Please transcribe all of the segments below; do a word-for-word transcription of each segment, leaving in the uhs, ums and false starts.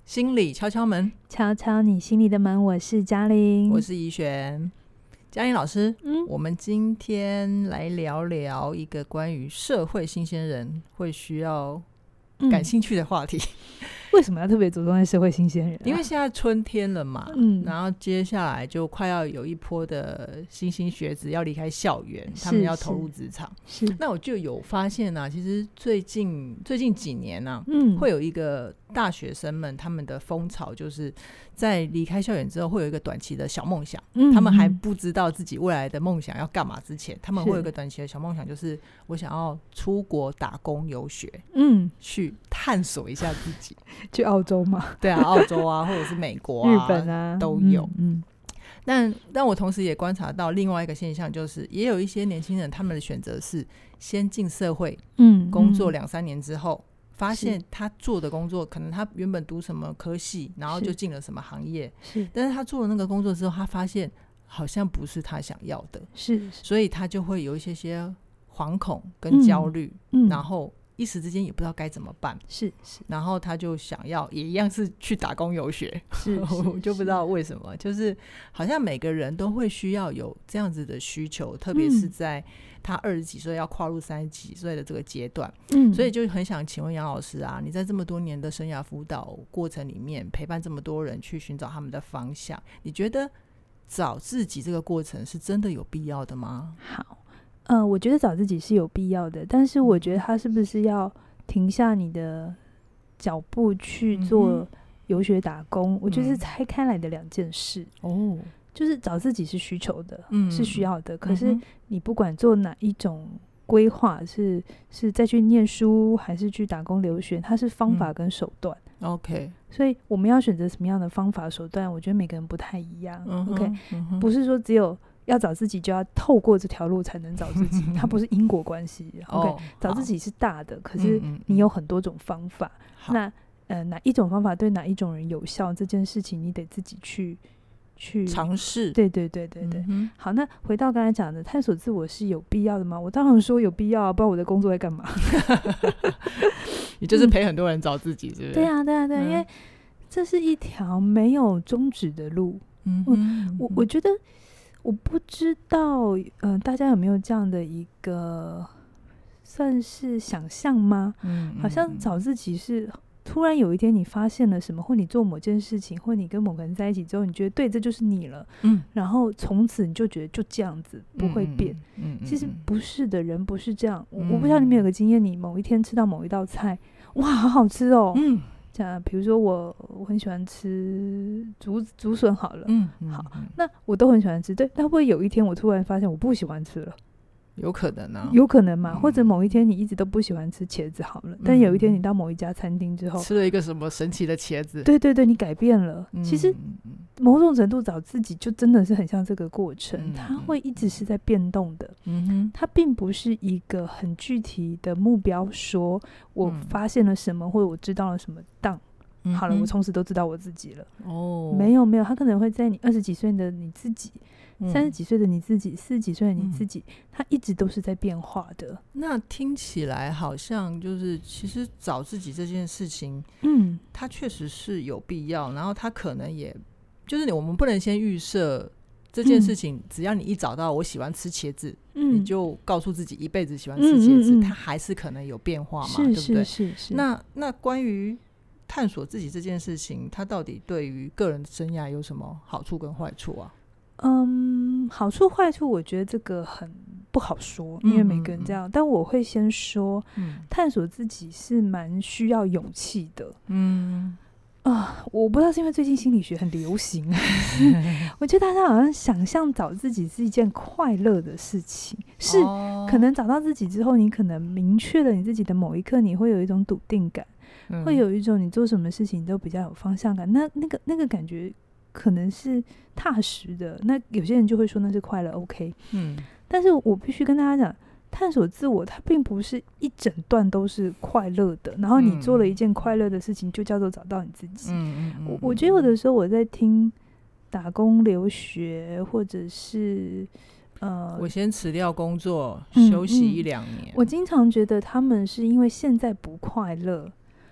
心理敲敲门， 敲敲你心里的门。我是嘉玲， 我是怡璇。嘉玲老师， 嗯， 我们今天来聊聊一个关于社会新鲜人会需要感兴趣的话题。 嗯、为什么要特别着重在社会新鲜人、啊？ 因为现在春天了嘛，嗯，然后接下来就快要有一波的新兴学子要离开校园，他们要投入职场。 是， 那我就有发现啊，其实最近最近几年啊， 嗯， 会有一个大学生们他们的风潮，就是在离开校园之后会有一个短期的小梦想、嗯、他们还不知道自己未来的梦想要干嘛之前，他们会有一个短期的小梦想，就是我想要出国打工游学，嗯，去探索一下自己。 去澳洲吗？ 对啊，澳洲啊，或者是美国啊， 日本啊都有。 嗯, 嗯但但我同时也观察到另外一个现象，就是也有一些年轻人他们的选择是先进社会，嗯，工作两三年之后、嗯、发现他做的工作可能他原本读什么科系，然后就进了什么行业，是，但是他做了那个工作之后，他发现好像不是他想要的，是，所以他就会有一些些惶恐跟焦虑、嗯嗯、然后一时之间也不知道该怎么办，是是，然后他就想要也一样是去打工游学，是我就不知道为什么，就是好像每个人都会需要有这样子的需求，特别是在他二十几岁要跨入三十几岁的这个阶段，嗯，所以就很想请问杨老师啊，你在这么多年的生涯辅导过程里面，陪伴这么多人去寻找他们的方向，你觉得找自己这个过程是真的有必要的吗？ 好，呃，我觉得找自己是有必要的，但是我觉得他是不是要停下你的脚步去做游学打工、嗯、我觉得是拆开来的两件事哦。就是找自己是需求的、嗯、是需要的，可是你不管做哪一种规划，是是再去念书还是去打工留学，它是方法跟手段、嗯、OK， 所以我们要选择什么样的方法手段，我觉得每个人不太一样、嗯、OK、嗯、不是说只有要找自己就要透过这条路才能找自己，它不是因果关系。OK，、哦、找自己是大的，可是你有很多种方法。嗯、那呃哪一种方法对哪一种人有效，这件事情你得自己去去尝试。 对对对对对、嗯。好，那回到刚才讲的，探索自我是有必要的吗？我当然说有必要啊，不然我的工作在干嘛？ 你就是陪很多人找自己，是不是？ 对啊对啊对啊、嗯，因为这是一条没有终止的路。嗯嗯，我我觉得。我不知道、呃、大家有没有这样的一个算是想象吗？嗯，好像找自己是突然有一天你发现了什么，或你做某件事情，或你跟某个人在一起之后，你觉得对，这就是你了，嗯，然后从此你就觉得就这样子不会变。嗯，其实不是的，人不是这样。我我不知道你们有个经验，你某一天吃到某一道菜，哇，好好吃哦，嗯。像比如说我我很喜欢吃竹竹笋好了，嗯，好，那我都很喜欢吃，对，但会不会有一天我突然发现我不喜欢吃了？ 有可能啊， 有可能嘛、嗯、或者某一天你一直都不喜欢吃茄子好了、嗯、但有一天你到某一家餐厅之后吃了一个什么神奇的茄子， 对对对，你改变了、嗯、其实某种程度找自己就真的是很像这个过程、嗯、它会一直是在变动的、嗯、它并不是一个很具体的目标，说我发现了什么、嗯、或者我知道了什么当好了、嗯、我从此都知道我自己了。哦，没有没有，他可能会在你二十几岁的你自己、三十几岁的你自己、四十几岁的你自己，他、嗯、一直都是在变化的。 那听起来好像就是其实找自己这件事情，嗯，它确实是有必要，然后它可能也就是我们不能先预设这件事情、嗯、只要你一找到我喜欢吃茄子、嗯、你就告诉自己一辈子喜欢吃茄子、嗯嗯嗯、它还是可能有变化嘛， 是对不对？ 是是是。 那那关于探索自己这件事情，它到底对于个人的生涯有什么好处跟坏处啊？ 嗯，好处坏处我觉得这个很不好说，因为每个人这样、嗯嗯嗯、但我会先说、嗯、探索自己是蛮需要勇气的。嗯啊，我不知道是因为最近心理学很流行我觉得大家好像想象找自己是一件快乐的事情，是、哦、可能找到自己之后，你可能明确了你自己的某一刻，你会有一种笃定感，嗯、会有一种你做什么事情都比较有方向感，那那个那个感觉可能是踏实的，那有些人就会说那是快乐 OK， 嗯，但是我必须跟大家讲，探索自我它并不是一整段都是快乐的，然后你做了一件快乐的事情就叫做找到你自己。嗯嗯、我, 我觉得有的时候我在听打工留学或者是呃， 我先辞掉工作、嗯、休息一两年、 嗯、我经常觉得他们是因为现在不快乐，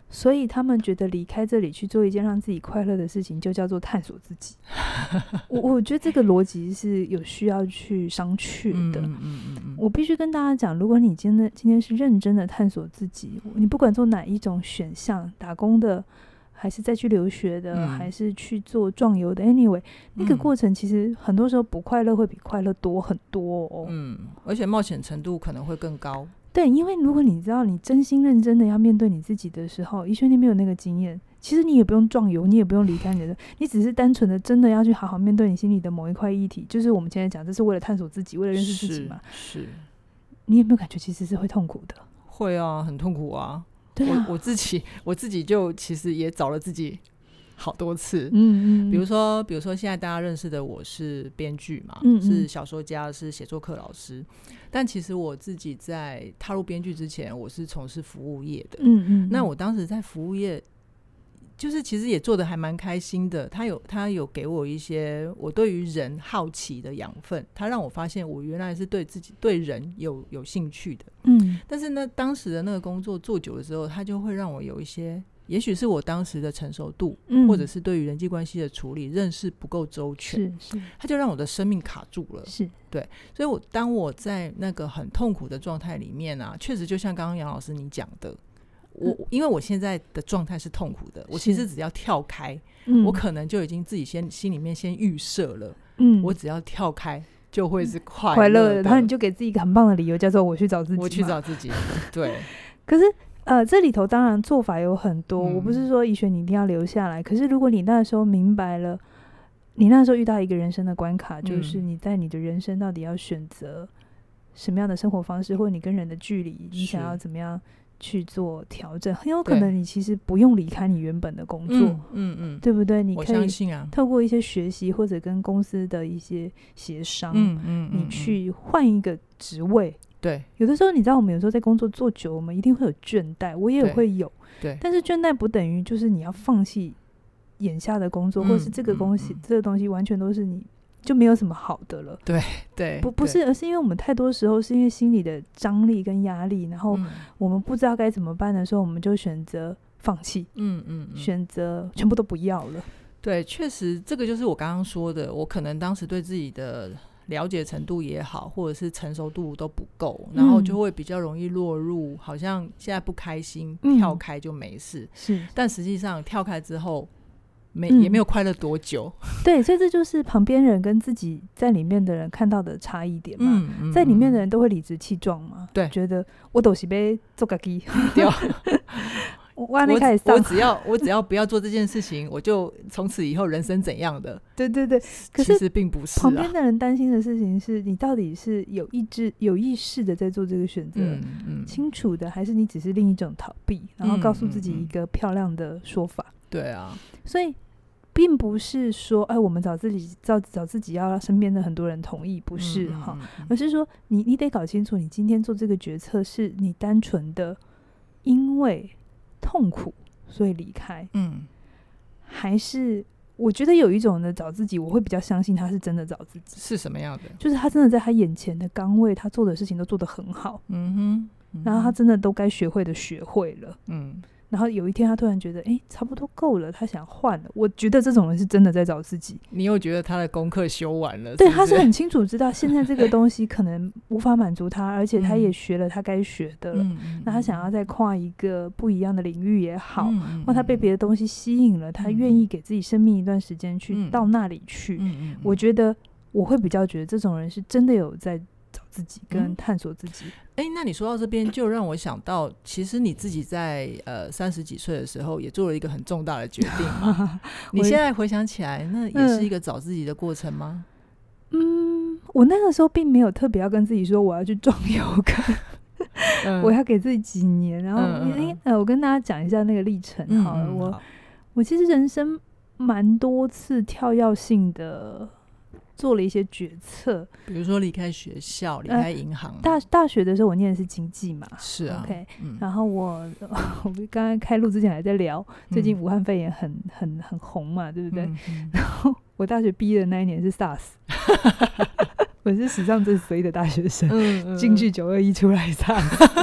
所以他们觉得离开这里去做一件让自己快乐的事情就叫做探索自己我我觉得这个逻辑是有需要去商榷的。嗯嗯嗯嗯，我必须跟大家讲，如果你今天今天是认真的探索自己，你不管做哪一种选项，打工的还是再去留学的、嗯、还是去做壮游的 anyway 那个过程其实很多时候不快乐会比快乐多很多哦。 嗯，而且冒险程度可能会更高。 对，因为如果你知道你真心认真的要面对你自己的时候，怡萱你没有那个经验，其实你也不用壮游，你也不用离开你的，你只是单纯的真的要去好好面对你心里的某一块议题，就是我们现在讲这是为了探索自己，为了认识自己嘛。 是，是你有没有感觉其实是会痛苦的？ 会啊，很痛苦啊。 对啊， 我我自己我自己就其实也找了自己好多次。 嗯嗯， 比如说比如说现在大家认识的我是编剧嘛，嗯嗯，是小说家，是写作课老师，但其实我自己在踏入编剧之前我是从事服务业的。嗯嗯，那我当时在服务业就是其实也做得还蛮开心的，他有他有给我一些我对于人好奇的养分，他让我发现我原来是对自己对人有有兴趣的。嗯，但是呢当时的那个工作做久了之后，他就会让我有一些也许是我当时的成熟度、嗯、或者是对于人际关系的处理认识不够周全，是是，他就让我的生命卡住了。是，对，所以我当我在那个很痛苦的状态里面啊，确实就像刚刚杨老师你讲的，我因为我现在的状态是痛苦的，我其实只要跳开、嗯、我可能就已经自己先心里面先预设了、嗯、我只要跳开就会是快乐的、快乐的， 然后你就给自己一个很棒的理由叫做我去找自己， 我去找自己对可是呃，这里头当然做法有很多、嗯、我不是说怡萱你一定要留下来，可是如果你那时候明白了，你那时候遇到一个人生的关卡，就是你在你的人生到底要选择什么样的生活方式，或者你跟人的距离你想要怎么样去做调整，很有可能你其实不用离开你原本的工作。嗯 嗯, 嗯对不对？你可以透过一些学习或者跟公司的一些协商，嗯嗯嗯，你去换一个职位。 对， 有的时候你知道我们有时候在工作做久，我们一定会有倦怠，我也会有。对，但是倦怠不等于就是你要放弃眼下的工作、嗯、或是这个东西、嗯嗯、这个东西完全都是你就没有什么好的了。 对对， 不不是，而是因为我们太多时候是因为心理的张力跟压力，然后我们不知道该怎么办的时候，我们就选择放弃，嗯嗯，选择全部都不要了。 对，确实这个就是我刚刚说的，我可能当时对自己的了解程度也好，或者是成熟度都不够、嗯、然后就会比较容易落入好像现在不开心、嗯、跳开就没事，是，但实际上跳开之后没、嗯、也没有快乐多久。 对，所以这就是旁边人跟自己在里面的人看到的差异点嘛、嗯嗯、在里面的人都会理直气壮嘛，对，觉得我都是要做自己对我, 我, 我只要我只要不要做这件事情，我就从此以后人生怎样的。 对对对，可是其实并不是、啊、 旁边的人担心的事情是你到底是有意志有意识的在做这个选择、嗯嗯、清楚的，还是你只是另一种逃避，然后告诉自己一个漂亮的说法、嗯嗯嗯、对啊，所以并不是说哎，我们找自己 找, 找自己要身边的很多人同意，不是、嗯嗯嗯、而是说你你得搞清楚，你今天做这个决策是你单纯的因为痛苦所以离开，嗯，还是我觉得有一种的找自己，我会比较相信他是真的找自己。 是什么样的？ 就是他真的在他眼前的岗位，他做的事情都做得很好，嗯哼，嗯哼，然后他真的都该学会的学会了，嗯，然后有一天他突然觉得哎，差不多够了，他想换了。我觉得这种人是真的在找自己。 你又觉得他的功课修完了？ 对， 是不是？ 他是很清楚知道现在这个东西可能无法满足他，而且他也学了他该学的了、嗯、那他想要再跨一个不一样的领域也好、嗯、或他被别的东西吸引了、嗯、他愿意给自己生命一段时间去到那里去、嗯、我觉得我会比较觉得这种人是真的有在找自己跟探索自己。 哎、嗯，那你说到这边就让我想到，其实你自己在呃三十几岁的时候也做了一个很重大的决定嘛你现在回想起来，那也是一个找自己的过程吗？ 嗯，我那个时候并没有特别要跟自己说我要去壮游跟嗯、我要给自己几年，然后、嗯嗯呃、我跟大家讲一下那个历程好了。嗯嗯我好我其实人生蛮多次跳跃性的做了一些决策， 比如说离开学校、离开银行、呃、 大大学的时候我念的是经济嘛， 是啊 OK、 嗯、然后我我们刚刚开录之前还在聊、嗯、最近武汉肺炎很很很红嘛，对不对、嗯嗯、然后我大学毕业的那一年是 SARS 我是史上最衰的大学生，嗯嗯、进去九二一出来 SARS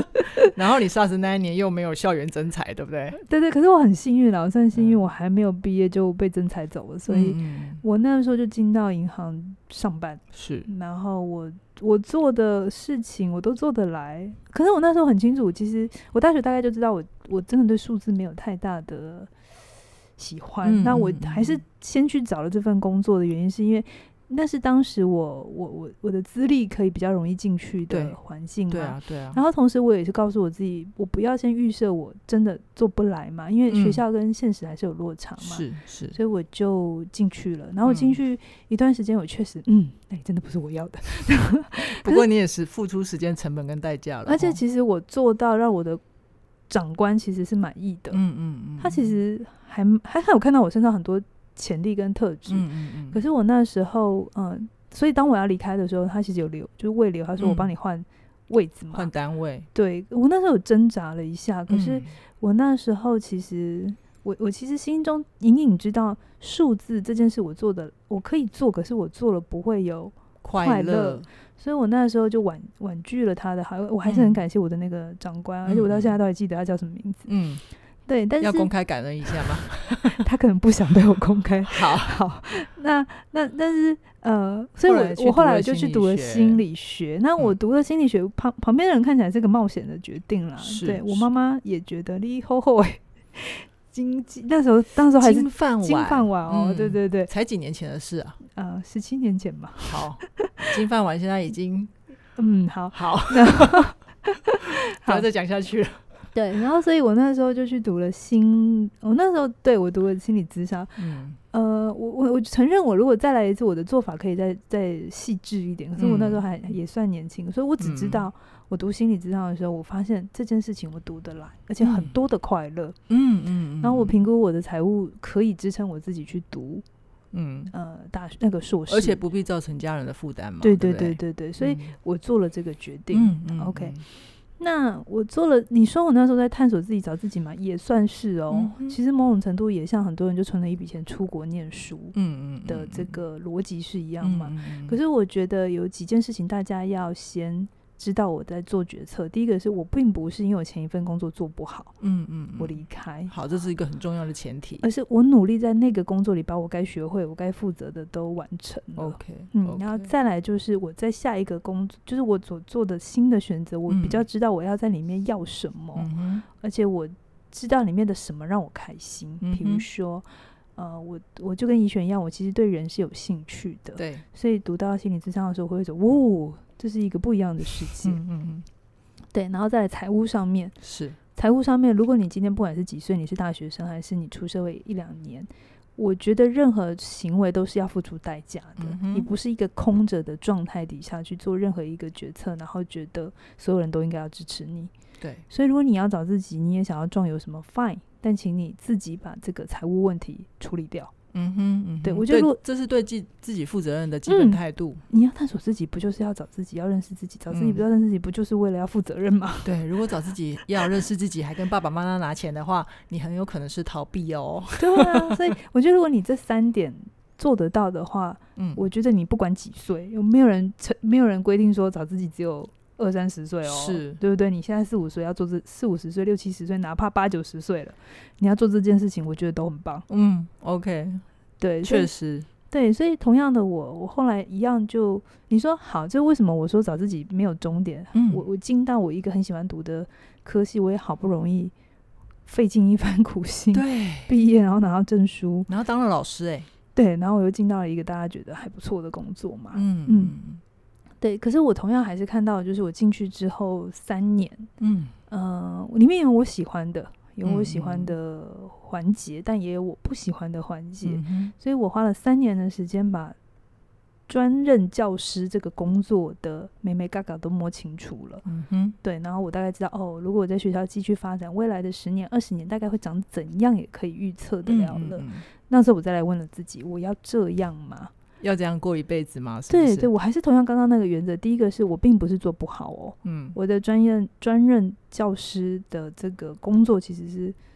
然后你 SARS 那一年又没有校园征才，对不对？ 对对，可是我很幸运啦，我算幸运，我还没有毕业就被征才走了，所以我那时候就进到银行上班， 是， 然后我我做的事情我都做得来，可是我那时候很清楚，其实我大学大概就知道我我真的对数字没有太大的喜欢，嗯、那我还是先去找了这份工作的原因是因为那是当时我我我我的资历可以比较容易进去的环境嘛， 对啊对啊。 然后同时我也是告诉我自己，我不要先预设我真的做不来嘛，因为学校跟现实还是有落差嘛， 是是、嗯， 所以我就进去了。然后进去一段时间，我确实嗯，那、嗯、真的不是我要的。 不过你也是付出时间成本跟代价了， 而且其实我做到让我的长官其实是满意的，嗯嗯嗯，他其实还还还有看到我身上很多潜力跟特质，嗯嗯嗯。可是我那时候，嗯，所以当我要离开的时候，他其实有留，就是未留，他说我帮你换位置嘛， 换、嗯、单位。 对，我那时候有挣扎了一下，可是我那时候其实，我我其实心中隐隐知道，数字这件事我做的我可以做，可是我做了不会有快乐。所以我那时候就婉婉拒了他的好，我还是很感谢我的那个长官、嗯、而且我到现在都还记得他叫什么名字。嗯，对，但是要公开感恩一下吗？ 他可能不想被我公开。 好， 好，那那但是呃，所以我我后来就去读了心理学。那我读了心理学，嗯、旁旁边的人看起来是个冒险的决定啦。对，我妈妈也觉得你后后哎。金那时候，那时候还是金饭碗， 金饭碗哦、嗯，对对对， 才几年前的事啊， 呃，十七年前吧。 好，金饭碗现在已经， 嗯，好， 好，不要再讲下去了。 对，然后所以我那时候就去读了心，我那时候对我读了心理咨商，嗯，呃，我我我承认我如果再来一次，我的做法可以再再细致一点，可是我那时候还、嗯、也算年轻，所以我只知道。我读心理咨商的时候，我发现这件事情我读得来，而且很多的快乐。嗯嗯，然后我评估我的财务可以支撑我自己去读，嗯呃大那个硕士， 而且不必造成家人的负担嘛。 对对对对对，所以我做了这个决定。嗯嗯 ，OK。那我做了，你说我那时候在探索自己、找自己嘛，也算是哦。嗯、其实某种程度也像很多人就存了一笔钱出国念书，嗯嗯的这个逻辑是一样嘛。嗯嗯嗯，可是我觉得有几件事情大家要先知道我在做决策。第一个是我并不是因为我前一份工作做不好，嗯嗯，我离开， 好，这是一个很重要的前提， 而是我努力在那个工作里把我该学会、我该负责的都完成了。 OK， 嗯， okay. 然后再来就是我在下一个工作，就是我所做的新的选择，我比较知道我要在里面要什么，嗯、而且我知道里面的什么让我开心，比、嗯、如说。呃，我我就跟怡璇一样，我其实对人是有兴趣的， 对， 所以读到心理咨商的时候，我会说，哇，这是一个不一样的世界，嗯嗯嗯，对，然后在财务上面， 是财务上面，如果你今天不管是几岁，你是大学生还是你出社会一两年，我觉得任何行为都是要付出代价的，嗯、你不是一个空着的状态底下去做任何一个决策，然后觉得所有人都应该要支持你， 对， 所以如果你要找自己，你也想要壮游什么 fine。但请你自己把这个财务问题处理掉。嗯哼，嗯哼，对，我觉得如果这是对自己负责任的基本态度、 嗯。你要探索自己，不就是要找自己，要认识自己？找自己不要认识自己，不就是为了要负责任吗？ 对，如果找自己要认识自己，还跟爸爸妈妈拿钱的话，你很有可能是逃避哦。 对啊，所以我觉得如果你这三点做得到的话，嗯，我觉得你不管几岁，有没有人没有人规定说找自己只有。二三十岁哦， 是对不对？你现在四五岁要做这四五十岁、六七十岁，哪怕八九十岁了，你要做这件事情，我觉得都很棒。 嗯 ，OK， 对， 确实， 对，所以同样的我，我后来一样就你说好，这为什么我说找自己没有终点？嗯，我我进到我一个很喜欢读的科系，我也好不容易费尽一番苦心， 对， 毕业然后拿到证书， 然后当了老师、欸，哎， 对，然后我又进到了一个大家觉得还不错的工作嘛，嗯嗯。对，可是我同样还是看到，就是我进去之后三年，嗯，呃，里面有我喜欢的，有我喜欢的环节，嗯、但也有我不喜欢的环节，嗯、所以我花了三年的时间把专任教师这个工作的眉眉角角都摸清楚了，嗯哼，对，然后我大概知道，哦，如果我在学校继续发展，未来的十年、二十年大概会长怎样，也可以预测得了了。嗯嗯嗯，那时候我再来问了自己，我要这样吗？ 要这样过一辈子吗？是不是？ 对对，我还是同样刚刚那个原则。第一个是我并不是做不好哦，嗯，我的专业专任教师的这个工作其实是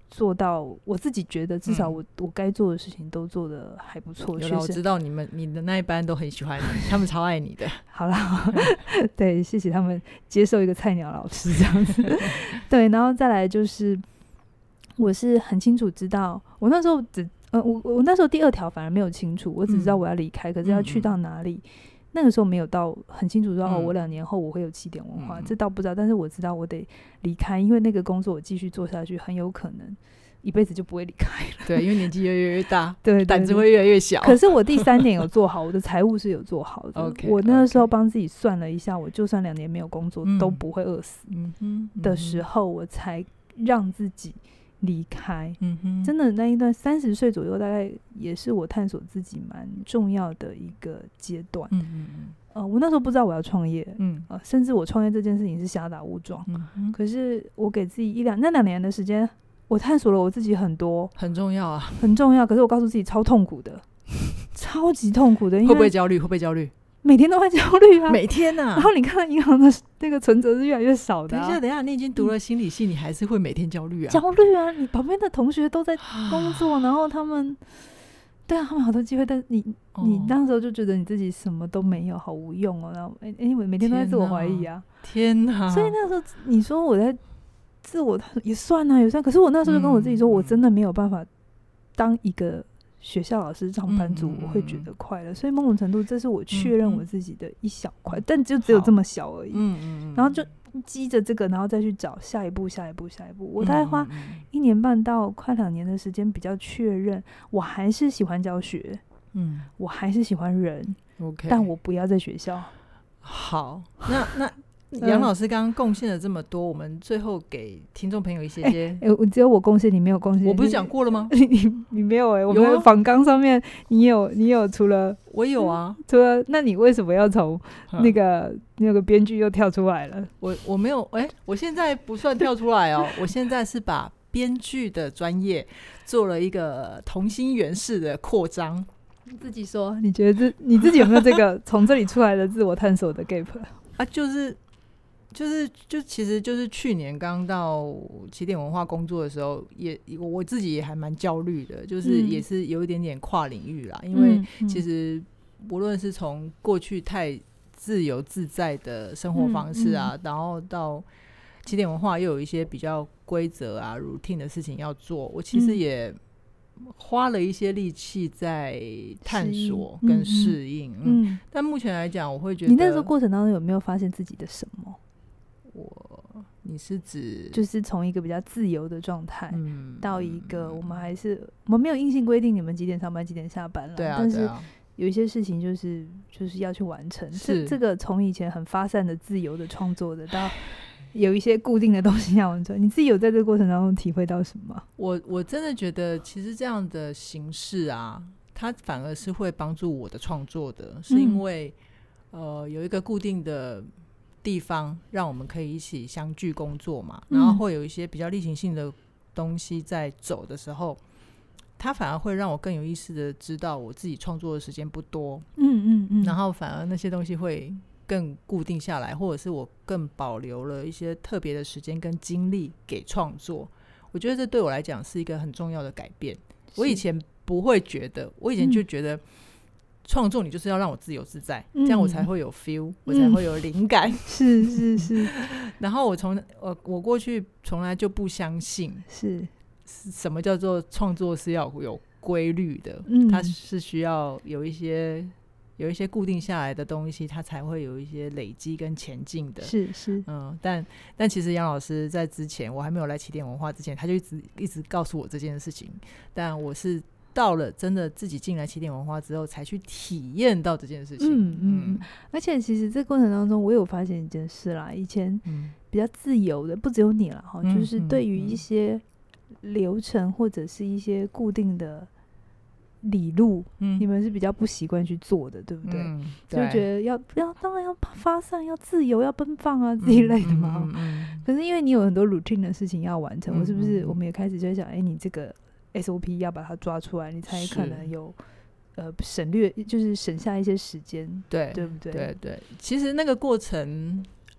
做到我自己觉得至少我、嗯、我该做的事情都做得还不错。 有了，我知道你们你的那一班都很喜欢你，他们超爱你的。 好啦对，谢谢他们接受一个菜鸟老师这样子对，然后再来就是我是很清楚知道我那时候只呃我我那时候第二条反而没有清楚，我只知道我要离开、嗯、可是要去到哪里、嗯、那个时候没有到很清楚说、嗯、哦我两年后我会有起点文化、嗯、这倒不知道，但是我知道我得离开，因为那个工作我继续做下去很有可能一辈子就不会离开了。 对，因为年纪越来越大对， 胆子会越来越小。 可是我第三点有做好，我的财务是有做好的 okay, 我那个时候帮自己算了一下，我就算两年没有工作、嗯、都不会饿死的时候、嗯、我才让自己离开、嗯、哼真的那一段三十岁左右大概也是我探索自己蛮重要的一个阶段。嗯嗯嗯呃，我那时候不知道我要创业，嗯呃，甚至我创业这件事情是瞎打误撞、嗯、可是我给自己一两那两年的时间，我探索了我自己很多， 很重要啊， 很重要。可是我告诉自己超痛苦的超级痛苦的。因为会不会焦虑？会不会焦虑？ 每天都会焦虑啊， 每天啊。 然后你看银行的那个存折是越来越少的、啊、 等一下等一下，你已经读了心理系、嗯、你还是会每天焦虑啊？ 焦虑啊，你旁边的同学都在工作然后他们对啊，他们好多机会，但你、哦、你那时候就觉得你自己什么都没有，好无用哦。然后哎，因为每天都在自我怀疑啊， 天哪！ 所以那时候你说我在自我也算啊也算，可是我那时候就跟我自己说、嗯、我真的没有办法当一个学校老师上班族、嗯、我会觉得快乐、嗯、所以某种程度这是我确认我自己的一小块、嗯、但就只有这么小而已。嗯嗯，然后就积着这个然后再去找下一步下一步下一步。我大概花一年半到快两年的时间比较确认我还是喜欢教学，嗯，我还是喜欢人 OK， 但我不要在学校。 好，那那杨老师刚刚贡献了这么多、嗯、我们最后给听众朋友一些些、 欸欸、只有我贡献你没有贡献。 我不是讲过了吗？ 你 你, 你没有哎、欸，我们的访纲上面你有你有除了我有啊、 嗯、除了那你为什么要从那个那个编剧又跳出来了？ 我我没有哎、欸，我现在不算跳出来哦我现在是把编剧的专业做了一个同心圆式的扩张。 你自己说你觉得这你自己有没有这个从这里出来的自我探索的 gap 啊？就是就是就其实就是去年刚到起点文化工作的时候，也我自己也还蛮焦虑的，就是也是有一点点跨领域啦、嗯、因为其实无论是从过去太自由自在的生活方式啊、嗯嗯、然后到起点文化又有一些比较规则啊 routine 的事情要做，我其实也花了一些力气在探索跟适应。 嗯, 嗯, 嗯但目前来讲我会觉得， 你那时候过程当中有没有发现自己的什么？ 我你是指就是从一个比较自由的状态、嗯、到一个我们还是我们没有硬性规定你们几点上班几点下班了， 对啊， 但是有一些事情就是就是要去完成。这这个从以前很发散的自由的创作的到有一些固定的东西要完成，你自己有在这个过程当中体会到什么？ 我我真的觉得其实这样的形式啊，它反而是会帮助我的创作的、嗯、是因为呃有一个固定的地方让我们可以一起相聚工作嘛，然后会有一些比较例行性的东西在走的时候，它反而会让我更有意识的知道我自己创作的时间不多，嗯嗯嗯，然后反而那些东西会更固定下来，或者是我更保留了一些特别的时间跟精力给创作。我觉得这对我来讲是一个很重要的改变。我以前不会觉得，我以前就觉得创作你就是要让我自由自在、嗯、这样我才会有 feel、嗯、我才会有灵感、嗯、 是是是然后我从我我过去从来就不相信是什么叫做创作是要有规律的、嗯、它是需要有一些有一些固定下来的东西，它才会有一些累积跟前进的。 是是， 嗯，但但其实杨老师在之前，我还没有来起点文化之前，他就一直一直告诉我这件事情。但我是到了真的自己进来起点文化之后，才去体验到这件事情。嗯嗯嗯。而且其实这过程当中，我有发现一件事啦，以前比较自由的，不只有你啦，嗯、就是对于一些流程或者是一些固定的理路、嗯、你们是比较不习惯去做的，对不对？嗯、对，就觉得要要当然要发散，要自由，要奔放啊这一类的嘛、嗯嗯嗯。可是因为你有很多 routine 的事情要完成，嗯、我是不是我们也开始就会想，哎，你这个 S O P 要把它抓出来，你才可能有呃省略，就是省下一些时间， 对对不对？ 对对，其实那个过程。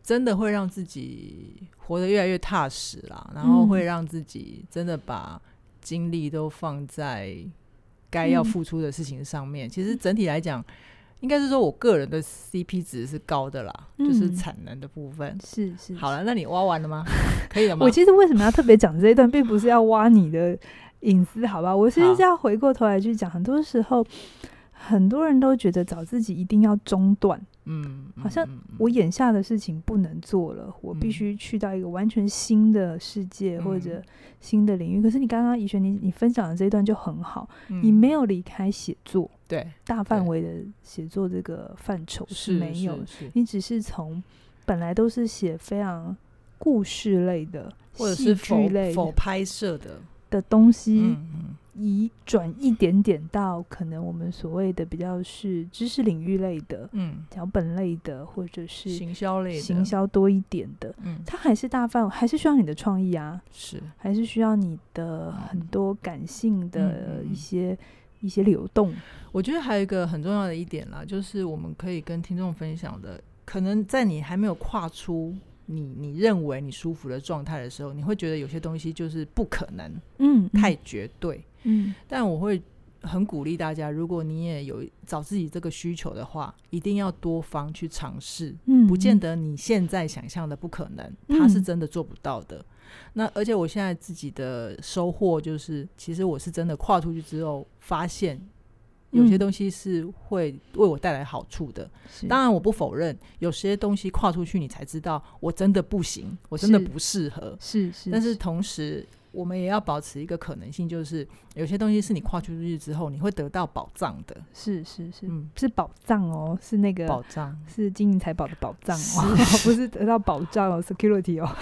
真的会让自己活得越来越踏实啦，然后会让自己真的把精力都放在该要付出的事情上面、嗯、其实整体来讲应该是说我个人的 C P 值是高的啦、嗯、就是产能的部分。 是是， 好了，那你挖完了吗？可以了吗？ 我其实为什么要特别讲这一段并不是要挖你的隐私，好吧，我其实是要回过头来去讲，很多时候很多人都觉得找自己一定要中断，嗯，好像我眼下的事情不能做了、嗯、我必须去到一个完全新的世界、嗯、或者新的领域。可是你刚刚怡璇 你, 你分享的这一段就很好、嗯、你没有离开写作， 对， 大范围的写作这个范畴是没有，你只是从本来都是写非常故事类的或者是否否拍摄的的东西、嗯嗯，移转一点点到可能我们所谓的比较是知识领域类的，嗯，脚本类的，或者是行销类的， 行销多一点的，嗯，它还是大范围，还是需要你的创意啊， 是， 还是需要你的很多感性的一些、嗯、一些流动。 我觉得还有一个很重要的一点啦，就是我们可以跟听众分享的，可能在你还没有跨出你你认为你舒服的状态的时候，你会觉得有些东西就是不可能，嗯，太绝对，嗯，但我会很鼓励大家，如果你也有找自己这个需求的话，一定要多方去尝试，嗯，不见得你现在想象的不可能，它是真的做不到的。那而且我现在自己的收获就是，其实我是真的跨出去之后发现有些东西是会为我带来好处的、嗯、当然我不否认有些东西跨出去你才知道我真的不行，我真的不适合， 是是， 但是同时我们也要保持一个可能性，就是有些东西是你跨出去之后你会得到宝藏的， 是是是、嗯、是宝藏哦，是那个宝藏， 是金银财宝的宝藏哦，不是得到保障哦security 哦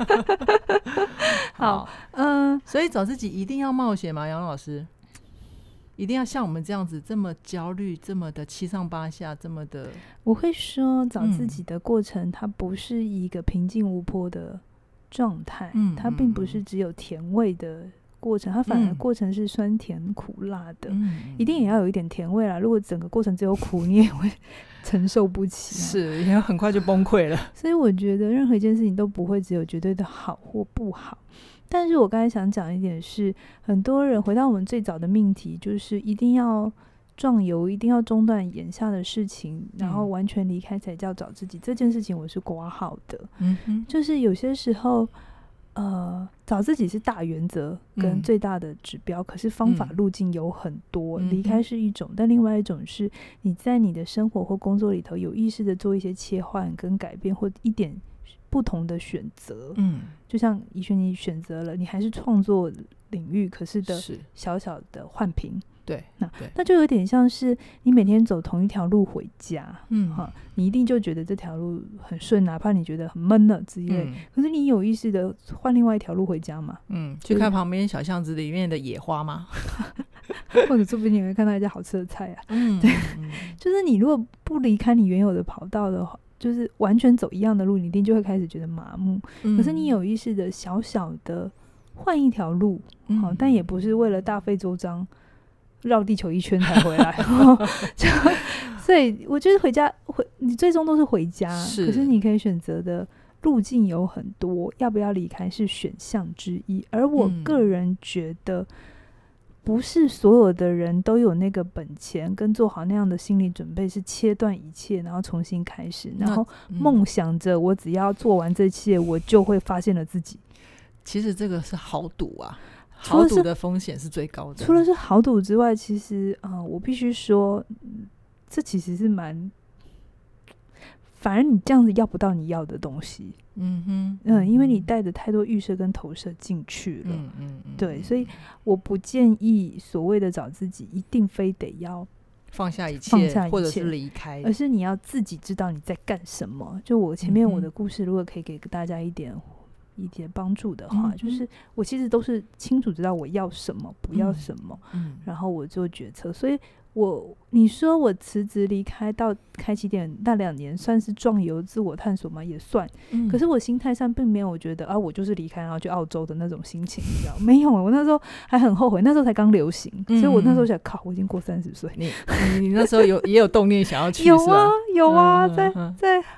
好，嗯、呃， 所以找自己一定要冒险吗？杨老师一定要像我们这样子这么焦虑，这么的七上八下，这么的？ 我会说找自己的过程、嗯、它不是一个平静无波的状态、嗯、它并不是只有甜味的过程，它反而过程是酸甜苦辣的、嗯、一定也要有一点甜味啦，如果整个过程只有苦你也会承受不起、啊、 是，也很快就崩溃了所以我觉得任何一件事情都不会只有绝对的好或不好，但是我刚才想讲一点是，很多人回到我们最早的命题，就是一定要壮游，一定要中断眼下的事情，然后完全离开才叫找自己、嗯、这件事情我是括号的、嗯、哼，就是有些时候呃，找自己是大原则跟最大的指标、嗯、可是方法路径有很多，离、嗯、开是一种，但另外一种是你在你的生活或工作里头有意识的做一些切换跟改变，或一点不同的选择，嗯，就像怡璇你选择了你还是创作领域，可是的小小的换屏， 对， 那那就有点像是你每天走同一条路回家，嗯，哈，你一定就觉得这条路很顺，哪怕你觉得很闷了之类、嗯、可是你有意识的换另外一条路回家嘛， 嗯，去看旁边小巷子里面的野花吗或者说不定你会看到一家好吃的菜啊，嗯，对，嗯、就是你如果不离开你原有的跑道的话，就是完全走一样的路，你一定就会开始觉得麻木、嗯、可是你有意识的小小的换一条路、嗯哦、但也不是为了大费周章绕地球一圈才回来就所以我觉得回家回你最终都是回家，是，可是你可以选择的路径有很多，要不要离开是选项之一，而我个人觉得不是所有的人都有那个本钱跟做好那样的心理准备，是切断一切然后重新开始，然后梦想着我只要做完这切我就会发现了自己。 其实这个是豪赌啊，豪赌的风险是最高的。 除了是豪赌之外，其实、呃、我必须说这其实是蛮，反而你这样子要不到你要的东西，嗯哼，嗯，因为你带着太多预设跟投射进去了，嗯嗯嗯，对，所以我不建议所谓的找自己一定非得要放下一切，放下一切或者是离开， 而是你要自己知道你在干什么。就我前面我的故事如果可以给大家一点一点帮助的话、嗯、就是我其实都是清楚知道我要什么不要什么、嗯、然后我做决策。所以我你说我辞职离开到开启点那两年算是壮游自我探索吗？也算、嗯、可是我心态上并没有我觉得啊我就是离开然后去澳洲的那种心情，你知道没有，我那时候还很后悔，那时候才刚流行、嗯、所以我那时候想靠我已经过三十岁， 你你那时候有也有动念想要去有啊有啊、嗯、在在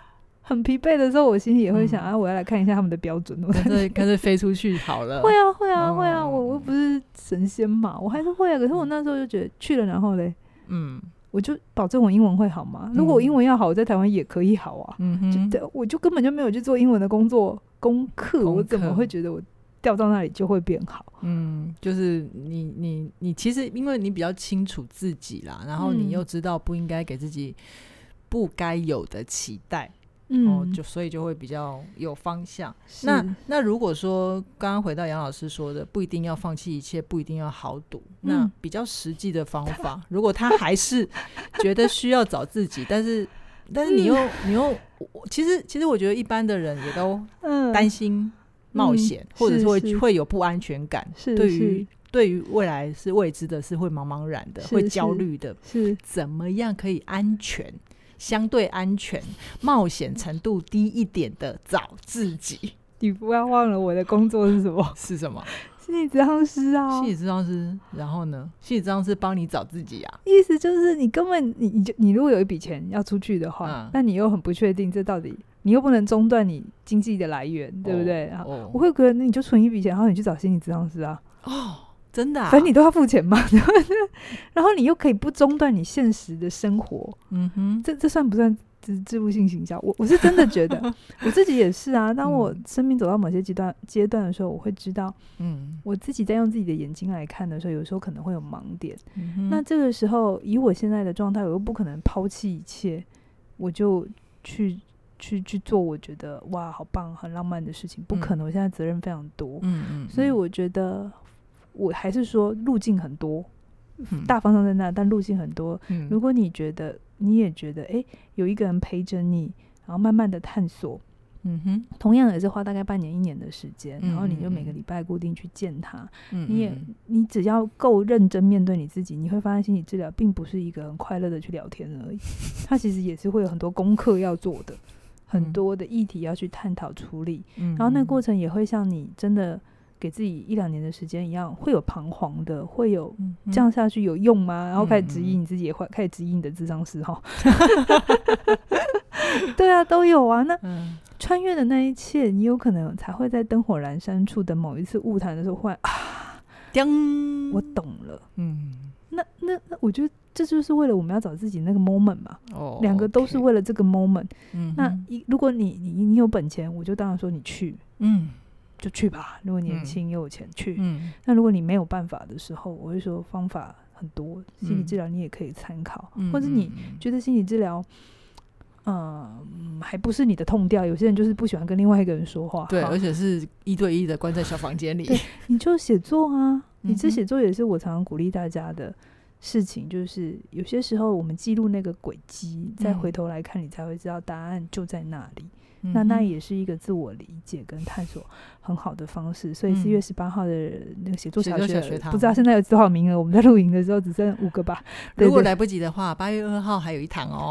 很疲惫的时候，我心里也会想、嗯、啊，我要来看一下他们的标准， 干脆干脆飞出去好了。 会啊会啊、哦、会啊，我我不是神仙嘛，我还是会啊。可是我那时候就觉得去了，然后嘞，嗯，我就保证我英文会好吗？如果我英文要好，我在台湾也可以好啊。嗯就我就根本就没有去做英文的工作功课，我怎么会觉得我调到那里就会变好？嗯， 就是你你你其实因为你比较清楚自己啦，然后你又知道不应该给自己不该有的期待。嗯哦、就所以就会比较有方向。那那如果说刚刚回到杨老师说的，不一定要放弃一切，不一定要豪赌、嗯、那比较实际的方法如果他还是觉得需要找自己但是但是你又、嗯、你又其实其实我觉得一般的人也都担心冒险、嗯、或者是 会, 是是会有不安全感，是是对于对于未来是未知的，是会茫茫然的，是是会焦虑的，是怎么样可以安全相对安全冒险程度低一点的找自己。 你不要忘了我的工作是什么？ 是什么？ 心理咨商师啊。 心理咨商师，然后呢？心理咨商师帮你找自己啊。 意思就是你根本你你就你如果有一笔钱要出去的话、嗯、那你又很不确定这到底，你又不能中断你经济的来源、哦、对不对、哦、我会觉得你就存一笔钱，然后你去找心理咨商师啊。 哦，真的啊？ 反正你都要付钱嘛然后你又可以不中断你现实的生活。嗯哼，这这算不算置入性行销？我我是真的觉得我自己也是啊。当我生命走到某些阶段阶段的时候，我会知道，嗯，我自己在用自己的眼睛来看的时候，有时候可能会有盲点。嗯、那这个时候，以我现在的状态，我又不可能抛弃一切，我就去去去做我觉得哇好棒很浪漫的事情，不可能。我现在责任非常多，嗯嗯，所以我觉得我还是说路径很多。嗯、大方向在那，但路径很多、嗯、如果你觉得你也觉得哎，有一个人陪着你，然后慢慢的探索，嗯哼，同样也是花大概半年一年的时间、嗯、然后你就每个礼拜固定去见他、嗯、你也你只要够认真面对你自己，你会发现心理治疗并不是一个很快乐的去聊天而已它其实也是会有很多功课要做的，很多的议题要去探讨处理、嗯、然后那个过程也会像你真的给自己一两年的时间一样，会有彷徨的，会有这样下去有用吗？然后开始质疑你自己，也会开始质疑你的諮商師哈。对啊，都有啊。那、嗯、穿越的那一切，你有可能才会在灯火阑珊处的某一次晤谈的时候，忽然啊，我懂了。嗯，那那那，我觉得这就是为了我们要找自己那个 moment 嘛。哦，两个都是为了这个 moment。嗯，那如果你你你有本钱，我就当然说你去。嗯。就去吧，如果年轻又有钱、嗯、去、嗯、那如果你没有办法的时候，我会说方法很多，心理治疗你也可以参考、嗯、或者你觉得心理治疗嗯，还不是你的痛调，有些人就是不喜欢跟另外一个人说话， 对，而且是一对一的关在小房间里你就写作啊，你这写作也是我常常鼓励大家的事情，就是有些时候我们记录那个轨迹，再回头来看你才会知道答案就在那里、嗯、那那也是一个自我理解跟探索很好的方式。所以四月十八号的那个写作小 学,、嗯、学不知道现在有多少名额，我们在录影的时候只剩五个吧， 如果来不及的话八月二号还有一堂哦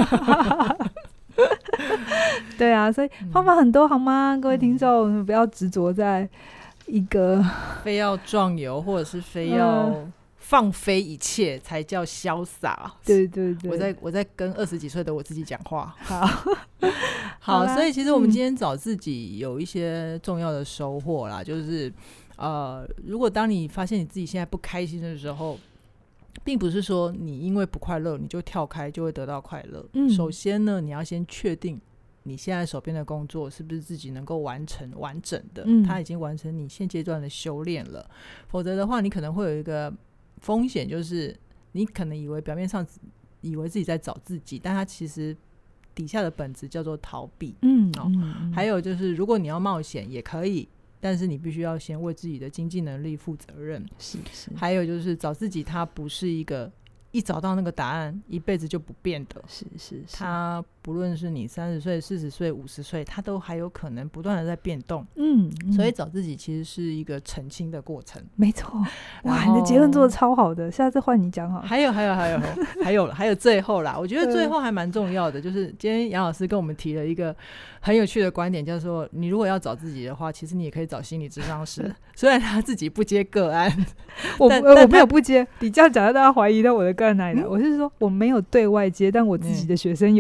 对啊，所以方法很多好吗、嗯、各位听众不要执着在一个非要壮游或者是非要、嗯放飞一切才叫潇洒。 对对对， 我在我在跟二十几岁的我自己讲话。好好，所以其实我们今天找自己有一些重要的收获啦、嗯、就是呃，如果当你发现你自己现在不开心的时候，并不是说你因为不快乐你就跳开就会得到快乐、嗯、首先呢，你要先确定你现在手边的工作是不是自己能够完成完整的、嗯、它已经完成你现阶段的修炼了，否则的话你可能会有一个风险，就是你可能以为表面上以为自己在找自己，但它其实底下的本质叫做逃避。嗯、哦嗯、还有就是如果你要冒险也可以，但是你必须要先为自己的经济能力负责任。是是。还有就是找自己，它不是一个一找到那个答案一辈子就不变的。是是是。它不论是你三十岁四十岁五十岁，它都还有可能不断的在变动。嗯, 嗯所以找自己其实是一个澄清的过程。 没错。哇，你的结论做得超好的，下次换你讲好了。 还有还有还有还有还有最后啦，我觉得最后还蛮重要的，就是今天杨老师跟我们提了一个很有趣的观点，叫做你如果要找自己的话，其实你也可以找心理咨商师虽然他自己不接个案我, 我没有不接，你这样讲大家怀疑到我的个案哪里来、嗯、我是说我没有对外接，但我自己的学生有接、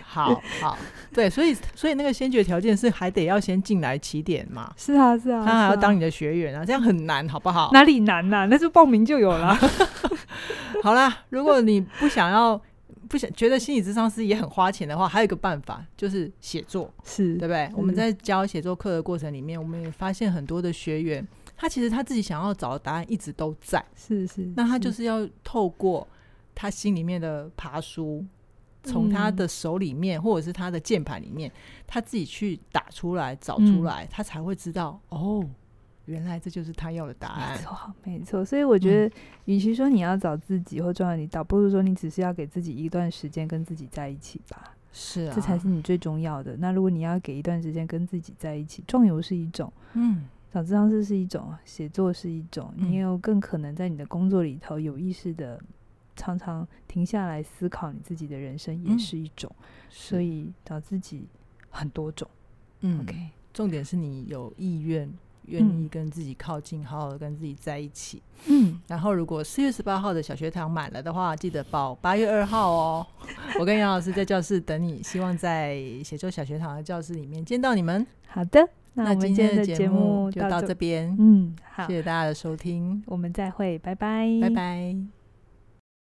好好，对，所以所以那个先决条件是还得要先进来起点嘛。 是啊是啊， 他还要当你的学员啊，这样很难，好不好？ 哪里难啊？那就报名就有了。 好啦，如果你不想要。不想觉得心理咨商师也很花钱的话，还有一个办法就是写作， 是对不对？我们在教写作课的过程里面，我们也发现很多的学员，他其实他自己想要找的答案一直都在， 是是， 那他就是要透过他心里面的爬书，从他的手里面、嗯、或者是他的键盘里面，他自己去打出来找出来、嗯、他才会知道哦，原来这就是他要的答案。 没错没错，所以我觉得与其说你要找自己或重要你，倒不如说你只是要给自己一段时间跟自己在一起吧。 是啊， 这才是你最重要的。那如果你要给一段时间跟自己在一起，壮游是一种，嗯，找咨商师是一种，写作是一种、嗯、你也有更可能在你的工作里头有意识的常常停下来思考你自己的人生也是一种、嗯、所以找自己很多种。 嗯 OK， 重点是你有意愿愿意跟自己靠近、嗯、好好的跟自己在一起。嗯，然后如果四月十八号的小学堂满了的话，记得报八月二号哦。我跟杨老师在教室等你，希望在写作小学堂的教室里面见到你们。 好的， 那今天的节目就到这边。 嗯，好， 谢谢大家的收听， 我们再会，拜拜， 拜拜。